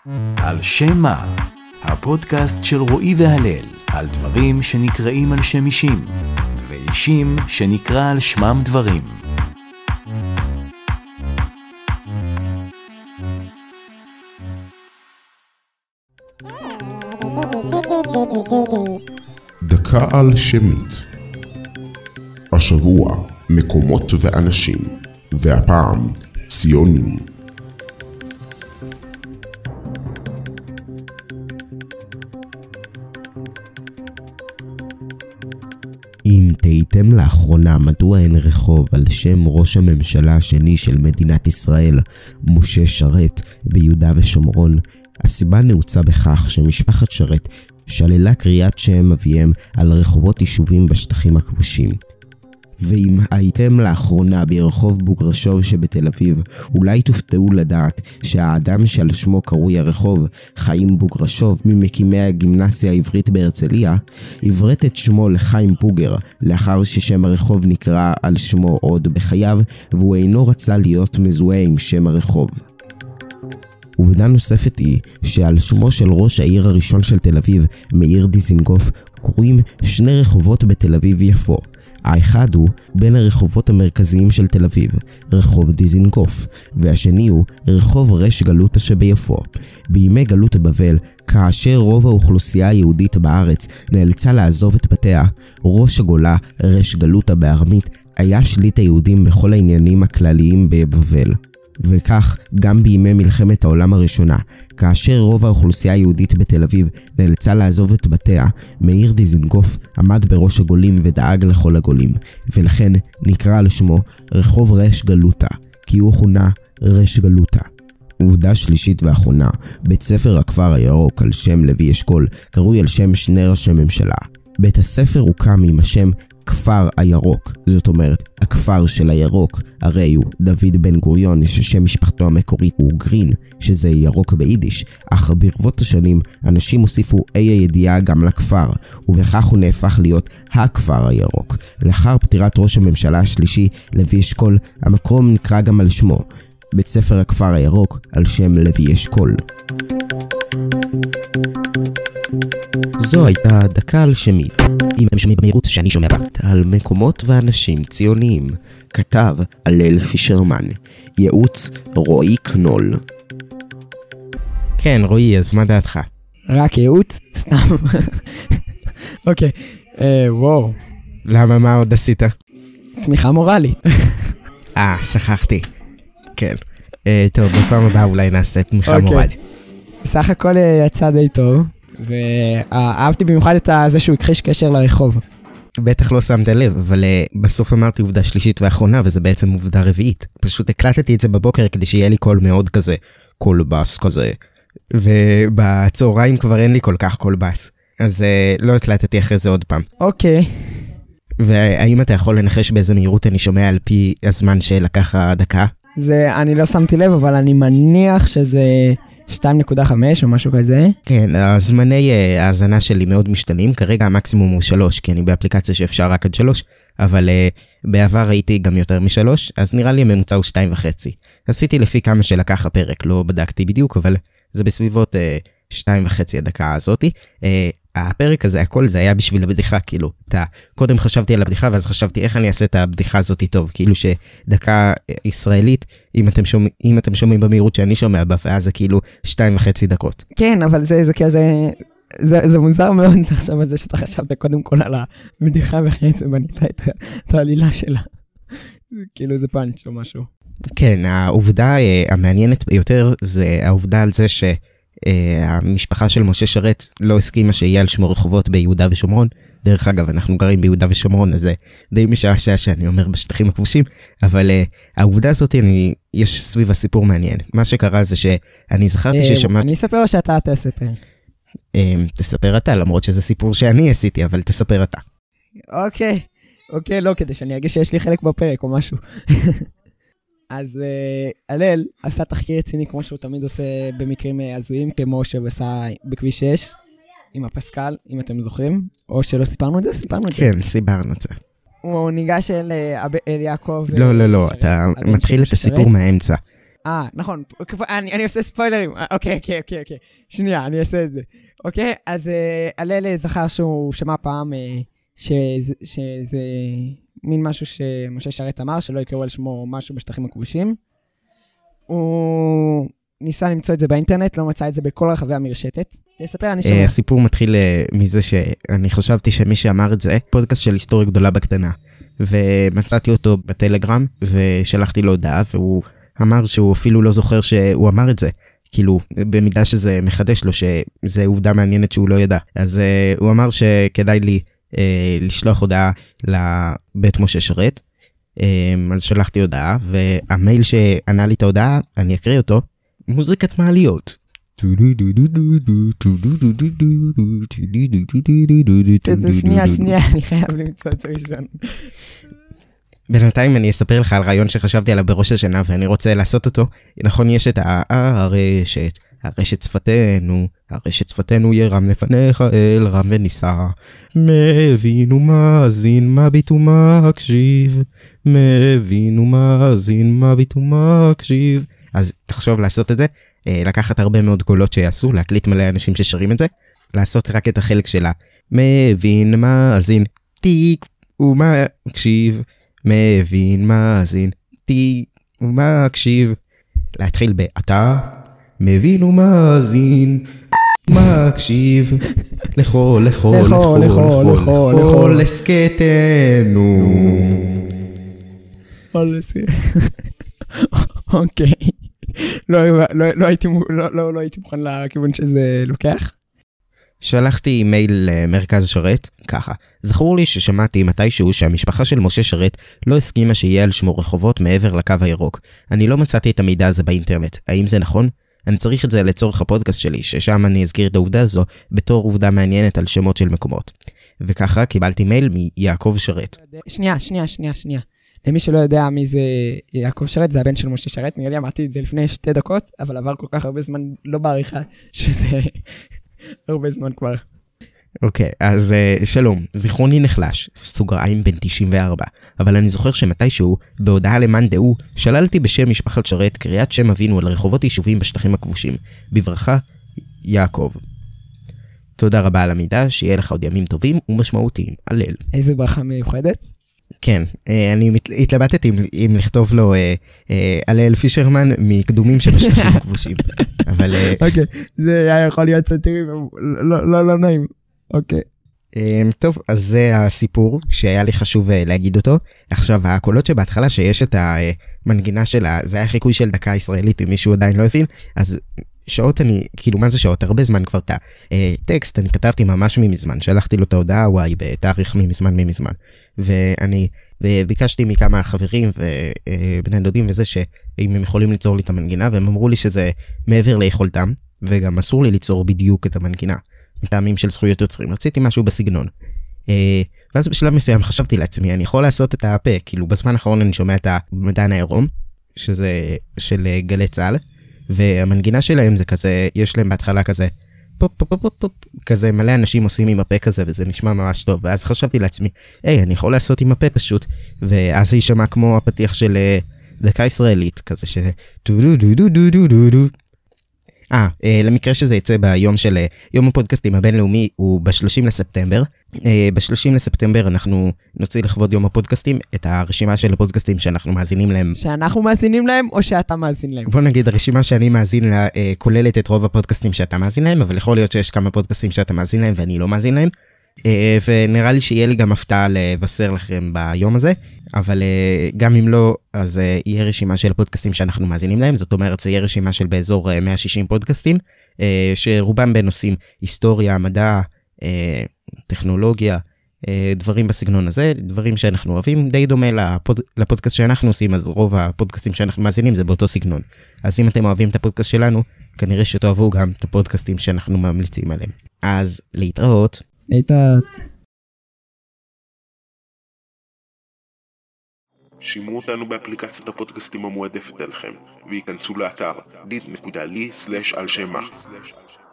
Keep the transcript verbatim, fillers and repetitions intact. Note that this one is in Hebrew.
על שם מה? הפודקאסט של רועי והלל, על דברים שנקראים על שם אישים, ואישים שנקרא על שמם דברים. דקה על שמית. השבוע מקומות ואנשים, והפעם ציונים. אם תהיתם לאחרונה מדוע אין רחוב על שם ראש הממשלה השני של מדינת ישראל, משה שרת, ביהודה ושומרון, הסיבה נעוצה בכך שמשפחת שרת שללה קריאת שם אביהם על רחובות יישובים בשטחים הכבושים. ואם הייתם לאחרונה ברחוב בוגרשוב שבתל אביב, אולי תופתעו לדעת שהאדם שעל שמו קרוי הרחוב, חיים בוגרשוב, ממקימי הגימנסיה העברית בהרצליה, עברת את שמו לחיים בוגר, לאחר ששם הרחוב נקרא על שמו עוד בחייו, והוא אינו רצה להיות מזוהה עם שם הרחוב. עובדה נוספת היא שעל שמו של ראש העיר הראשון של תל אביב, מאיר דיזינגוף, קוראים שני רחובות בתל אביב יפו. האחד הוא בין הרחובות המרכזיים של תל אביב, רחוב דיזינגוף, והשני הוא רחוב רש גלותה שביפו. בימי גלות בבל, כאשר רוב האוכלוסייה היהודית בארץ נאלצה לעזוב את בתיה, ראש הגולה, רש גלותה בארמית, היה שליט היהודים בכל העניינים הכלליים בבבל. וכך גם בימי מלחמת העולם הראשונה, כאשר רוב האוכלוסייה היהודית בתל אביב נאלצה לעזוב את בתיה, מאיר דיזינגוף עמד בראש הגולים ודאג לכל הגולים, ולכן נקרא על שמו רחוב רש גלותה, כי הוא כונה רש גלותה. עובדה שלישית ואחרונה, בית ספר הכפר הירוק על שם לוי אשכול קרוי על שם שני ראשי ממשלה. בית הספר הוקם עם השם כפר הירוק, זאת אומרת, הכפר של הירוק, הרי הוא דוד בן גוריון ששם משפחתו המקורית הוא גרין, שזה ירוק ביידיש, אך ברבות השנים אנשים הוסיפו אי הידיעה גם לכפר, ובכך הוא נהפך להיות הכפר הירוק. לאחר פטירת ראש הממשלה השלישי, לוי אשכול, המקום נקרא גם על שמו, בית ספר הכפר הירוק על שם לוי אשכול. זו הייתה דקה על שמית. אם הם שומעים במהירות שאני שומע בה, על מקומות ואנשים ציוניים. כתב הלל פישרמן. ייעוץ רועי קנול. כן, רועי, אז מה דעתך? רק ייעוץ? סתם. אוקיי, וואו. למה, מה עוד עשית? תמיכה מורלית. אה, שכחתי. כן. טוב, בפעם הבאה אולי נעשה תמיכה מורלית. בסך הכל יצא די טוב. ואהבתי במיוחד את זה שהוא הכחיש קשר לרחוב. בטח לא שמת לב, אבל בסוף אמרתי עובדה שלישית ואחרונה, וזה בעצם עובדה רביעית. פשוט הקלטתי את זה בבוקר כדי שיהיה לי קול מאוד כזה, קול בס כזה. ובצהריים כבר אין לי כל כך קול בס. אז לא הקלטתי אחרי זה עוד פעם. אוקיי. והאם אתה יכול לנחש באיזה מהירות אני שומע על פי הזמן שלקח הדקה? זה, אני לא שמתי לב, אבל אני מניח שזה שתיים נקודה חמש או משהו כזה. כן, הזמני ההאזנה שלי מאוד משתנים, כרגע המקסימום הוא שלוש, כי אני באפליקציה שאפשר רק עד שלוש, אבל uh, בעבר הייתי גם יותר משלוש, אז נראה לי הממוצע הוא שתיים וחצי. עשיתי לפי כמה שלקח הפרק, לא בדקתי בדיוק, אבל זה בסביבות uh, שתיים וחצי הדקה הזאתי. Uh, הפרק הזה, הכל זה היה בשביל הבדיחה, כאילו, אתה, קודם חשבתי על הבדיחה, ואז חשבתי איך אני אעשה את הבדיחה הזאתי טוב, כאילו שדקה ישראלית, אם אתם שומעים, אם אתם שומעים במהירות שאני שומע בה, ואז זה כאילו שתיים וחצי דקות. כן, אבל זה, זה כזה, זה, זה מוזר מאוד לחשוב על זה שאתה חשבת קודם כל על הבדיחה, ואחרי זה בנית את, את העלילה שלה. כאילו זה פאנץ' או משהו. כן, העובדה המעניינת ביותר, זה העובדה על זה ש... Uh, המשפחה של משה שרת לא הסכימה שיהיה על שמו רחובות ביהודה ושומרון. דרך אגב, אנחנו גרים ביהודה ושומרון, אז זה די משעשע שאני אומר בשטחים הכבושים, אבל uh, העובדה הזאת, אני, יש סביב הסיפור מעניין. מה שקרה זה שאני זכרתי uh, ששמעת... אני אספר או שאתה תספר? Uh, תספר אתה, למרות שזה סיפור שאני עשיתי, אבל תספר אתה. אוקיי, okay. אוקיי, okay, לא, כדי שאני ארגיש שיש לי חלק בפרק או משהו. אז הלל uh, עשה תחקיר רציני כמו שהוא תמיד עושה במקרים הזויים, כמו שהוא עשה בכביש שש עם הפסקל, אם אתם זוכרים, או שלא סיפרנו את זה, סיפרנו את זה. כן, סיפרנו את זה. הוא ניגש אל יעקב. לא, לא, לא, אתה מתחיל את הסיפור מהאמצע. אה, נכון, אני, אני עושה ספוילרים, אוקיי, אוקיי, אוקיי, אוקיי, שנייה, אני אעשה את זה. אוקיי, אז הלל זכר שהוא שמע פעם שזה, שזה מין משהו שמשה שרת אמר, שלא יקראו על שמו משהו בשטחים הכבושים. הוא ניסה למצוא את זה באינטרנט, לא מצא את זה בכל רחבי המרשתת. תספר, אני שומע. הסיפור מתחיל מזה שאני חשבתי שמי שאמר את זה, פודקאסט של היסטוריה גדולה בקטנה. ומצאתי אותו בטלגרם, ושלחתי לו הודעה, והוא אמר שהוא אפילו לא זוכר שהוא אמר את זה. כאילו, במידה שזה מחדש לו, שזה עובדה מעניינת שהוא לא ידע. אז uh, הוא אמר שכדאי לי uh, לשלוח הודעה לבית משה שרת. Um, אז שלחתי הודעה, והמייל שענה לי את ההודעה, אני אקריא אותו, מוזיקת מעליות. שנייה, שנייה, אני חייב למצוא את זה ראשון. בינתיים אני אספר לך על רעיון שחשבתי עליו בראש השנה ואני רוצה לעשות אותו. נכון, יש את הרשת, הרשת שפתנו, הרשת שפתנו ירם לפניך אל רם וניסה. מבין ומאזין, מביט ומקשיב, מבין ומאזין, מביט ומקשיב. אז תחשוב לעשות את זה, לקחת הרבה מאוד קולות שיעשו, להקליט מלא אנשים ששרים את זה, לעשות רק את החלק שלה. מבין, מאזין, תיק ומקשיב. מבין, מאזין, תיק ומקשיב. להתחיל באתה, מבין ומאזין, מקשיב. לכל, לכל, לכל, לכל, לכל, לכל, לסקטנו. לכל לסקטנו. אוקיי. לא הייתי מוכן לכיוון שזה לוקח. שלחתי אימייל למרכז שרת, ככה. זכור לי ששמעתי מתישהו שהמשפחה של משה שרת לא הסכימה שיהיה על שמו רחובות מעבר לקו הירוק. אני לא מצאתי את המידע הזה באינטרנט. האם זה נכון? אני צריך את זה לצורך הפודקאסט שלי, ששם אני אזכיר את העובדה הזו בתור עובדה מעניינת על שמות של מקומות. וככה קיבלתי מייל מיעקב שרת. שנייה, שנייה, שנייה, שנייה. למי שלא יודע מי זה יעקב שרת, זה הבן של משה שרת. נראה לי אמרתי את זה לפני שתי דקות, אבל עבר כל כך הרבה זמן לא בעריכה, שזה הרבה זמן כבר. אוקיי, אז uh, שלום, זיכרוני נחלש, סוגריים בן תשעים וארבע, אבל אני זוכר שמתישהו, בהודעה למאן דהו, שללתי בשם משפחת שרת קריאת שם אבינו על רחובות יישובים בשטחים הכבושים. בברכה, יעקב. תודה רבה על המידע, שיהיה לך עוד ימים טובים ומשמעותיים. הלל. איזה ברכה מיוחדת? כן, אני התלבטתי אם לכתוב לו הלל פישרמן מקדומים שבשטחים הכבושים. אבל... אוקיי, זה היה יכול להיות סאטירי, לא נעים. אוקיי. טוב, אז זה הסיפור שהיה לי חשוב להגיד אותו. עכשיו, הקולות שבהתחלה שיש את המנגינה שלה, זה היה חיקוי של דקה ישראלית, אם מישהו עדיין לא הבין, אז שעות אני, כאילו מה זה שעות? הרבה זמן כבר את הטקסט, אני כתבתי ממש ממזמן, שלחתי לו את ההודעה, וואי, בתאריך ממזמן ממזמן. ואני, וביקשתי מכמה חברים ובני דודים וזה, שאם הם יכולים ליצור לי את המנגינה, והם אמרו לי שזה מעבר ליכולתם, וגם אסור לי ליצור בדיוק את המנגינה. מטעמים של זכויות יוצרים, רציתי משהו בסגנון. ואז בשלב מסוים חשבתי לעצמי, אני יכול לעשות את הפה, כאילו בזמן האחרון אני שומע את המדען העירום, שזה של גלי צהל, והמנגינה שלהם זה כזה, יש להם בהתחלה כזה, פופ פופ פופ פופ, כזה מלא אנשים עושים עם הפה כזה, וזה נשמע ממש טוב, ואז חשבתי לעצמי, היי, אני יכול לעשות עם הפה פשוט, ואז זה יישמע כמו הפתיח של דקה ישראלית, כזה שזה, דו דו דו דו דו דו דו דו. אה, למקרה שזה יצא ביום של יום הפודקאסטים הבינלאומי, הוא ב-שלושים לספטמבר. ב-שלושים לספטמבר אנחנו נוציא לכבוד יום הפודקאסטים את הרשימה של הפודקאסטים שאנחנו מאזינים להם. שאנחנו מאזינים להם או שאתה מאזין להם? בוא נגיד, הרשימה שאני מאזין לה כוללת את רוב הפודקאסטים שאתה מאזין להם, אבל יכול להיות שיש כמה פודקאסטים שאתה מאזין להם ואני לא מאזין להם. ונראה לי שיהיה לי גם הפתעה לבשר לכם ביום הזה, אבל גם אם לא, אז יהיה רשימה של פודקאסטים שאנחנו מאזינים להם, זאת אומרת, זה יהיה רשימה של באזור מאה ושישים פודקאסטים, שרובם בנושאים היסטוריה, מדע, טכנולוגיה, דברים בסגנון הזה, דברים שאנחנו אוהבים, די דומה לפוד, לפודקאסט שאנחנו עושים, אז רוב הפודקאסטים שאנחנו מאזינים זה באותו סגנון. אז אם אתם אוהבים את הפודקאסט שלנו, כנראה שתאהבו גם את הפודקאסטים שאנחנו ממליצים עליהם. אז להתראות. להתראות. שימו אותנו באפליקציית הפודקאסטים המועדפת עליכם, וייכנסו לאתר דיד נקודה לי סלש על שם מה.